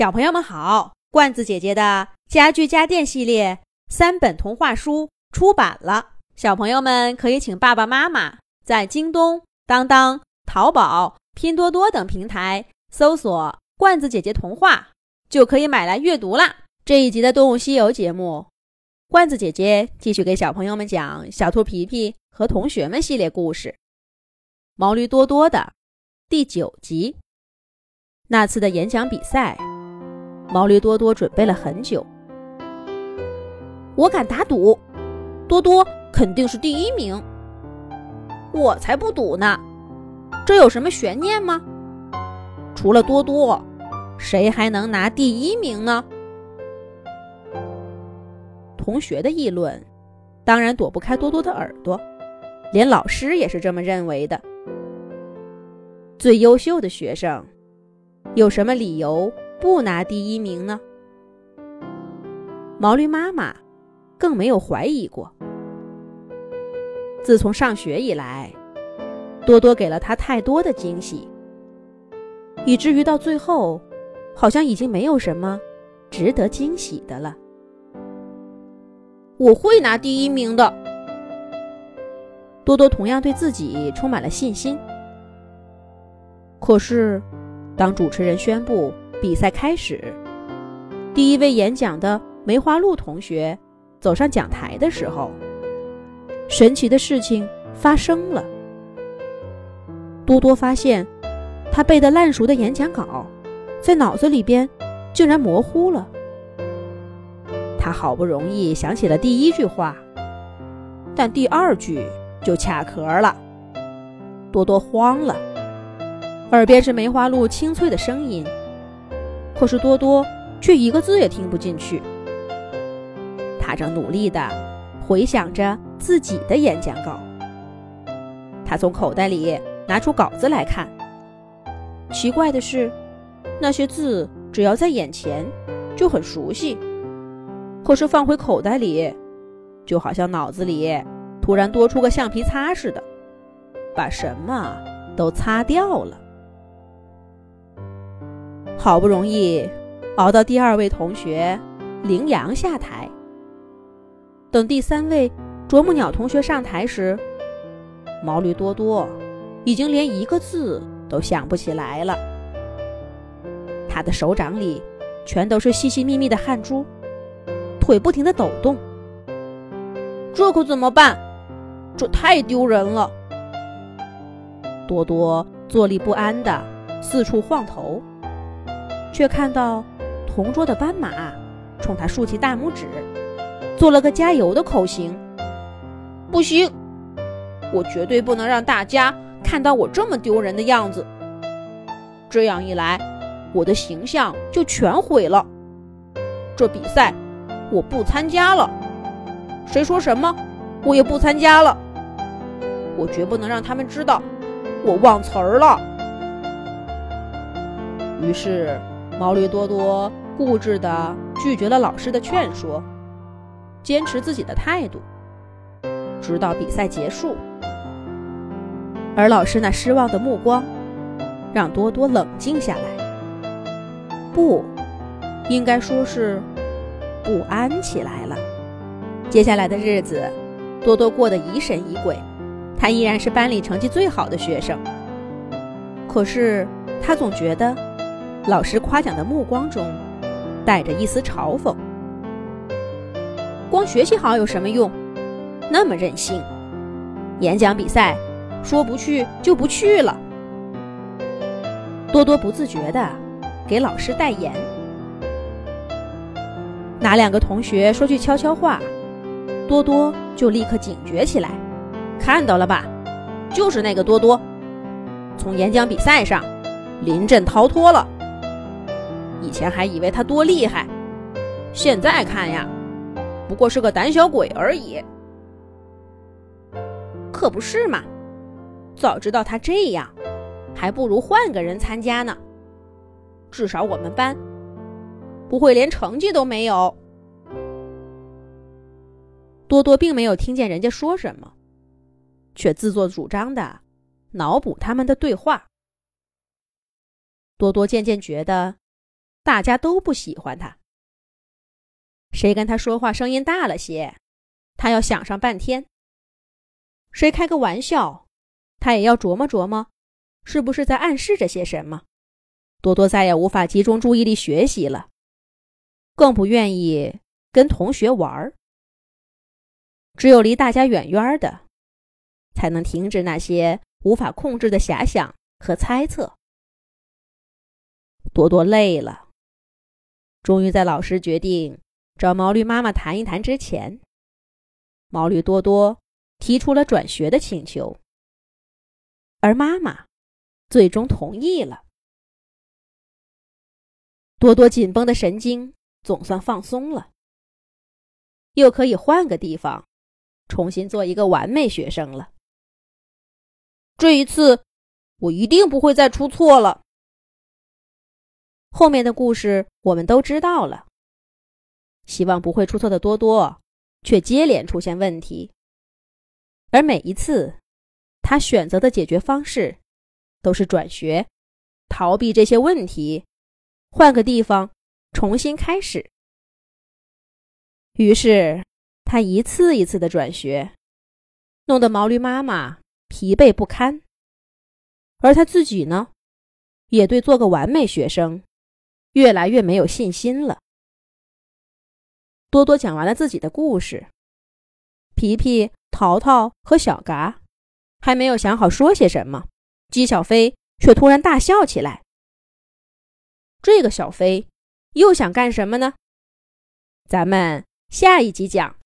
小朋友们好，罐子姐姐的家具家电系列3本童话书出版了，小朋友们可以请爸爸妈妈在京东、当当、淘宝、拼多多等平台搜索罐子姐姐童话，就可以买来阅读啦。这一集的动物西游节目，罐子姐姐继续给小朋友们讲小兔皮皮和同学们系列故事，毛驴多多的第9集。那次的演讲比赛，毛驴多多准备了很久。我敢打赌，多多肯定是第1名。我才不赌呢，这有什么悬念吗？除了多多，谁还能拿第1名呢？同学的议论当然躲不开多多的耳朵，连老师也是这么认为的。最优秀的学生有什么理由不拿第1名呢？毛驴妈妈更没有怀疑过。自从上学以来，多多给了他太多的惊喜，以至于到最后好像已经没有什么值得惊喜的了。我会拿第1名的。多多同样对自己充满了信心。可是当主持人宣布比赛开始，第1位演讲的梅花鹿同学走上讲台的时候，神奇的事情发生了。多多发现他背得烂熟的演讲稿在脑子里边竟然模糊了。他好不容易想起了第1句话，但第2句就卡壳了。多多慌了，耳边是梅花鹿清脆的声音，可是多多却一个字也听不进去。他正努力地回想着自己的演讲稿。他从口袋里拿出稿子来看，奇怪的是，那些字只要在眼前就很熟悉，可是放回口袋里，就好像脑子里突然多出个橡皮擦似的，把什么都擦掉了。好不容易熬到第2位同学羚羊下台，等第3位啄木鸟同学上台时，毛驴多多已经连一个字都想不起来了。他的手掌里全都是细细密密的汗珠，腿不停地抖动。这可怎么办？这太丢人了。多多坐立不安地四处晃头，却看到同桌的斑马冲他竖起大拇指，做了个加油的口型。不行，我绝对不能让大家看到我这么丢人的样子，这样一来我的形象就全毁了。这比赛我不参加了，谁说什么我也不参加了。我绝不能让他们知道我忘词儿了。于是毛驴多多固执地拒绝了老师的劝说，坚持自己的态度，直到比赛结束。而老师那失望的目光让多多冷静下来，不，应该说是不安起来了。接下来的日子，多多过得疑神疑鬼，他依然是班里成绩最好的学生。可是他总觉得老师夸奖的目光中带着一丝嘲讽。光学习好有什么用？那么任性，演讲比赛说不去就不去了。多多不自觉地给老师代言。哪2个同学说句悄悄话，多多就立刻警觉起来。看到了吧，就是那个多多，从演讲比赛上临阵逃脱了。以前还以为他多厉害，现在看呀，不过是个胆小鬼而已。可不是嘛，早知道他这样，还不如换个人参加呢。至少我们班不会连成绩都没有。多多并没有听见人家说什么，却自作主张地脑补他们的对话。多多渐渐觉得大家都不喜欢他。谁跟他说话声音大了些，他要想上半天；谁开个玩笑，他也要琢磨琢磨，是不是在暗示着些什么。多多再也无法集中注意力学习了，更不愿意跟同学玩。只有离大家远远的，才能停止那些无法控制的遐想和猜测。多多累了，终于在老师决定找毛驴妈妈谈一谈之前，毛驴多多提出了转学的请求，而妈妈最终同意了。多多紧绷的神经总算放松了，又可以换个地方重新做一个完美学生了。这一次我一定不会再出错了。后面的故事我们都知道了，希望不会出错的多多却接连出现问题，而每一次他选择的解决方式都是转学，逃避这些问题，换个地方重新开始。于是他一次一次的转学，弄得毛驴妈妈疲惫不堪，而他自己呢，也对做个完美学生越来越没有信心了。多多讲完了自己的故事，皮皮、淘淘和小嘎还没有想好说些什么，姬小飞却突然大笑起来。这个小飞又想干什么呢？咱们下一集讲。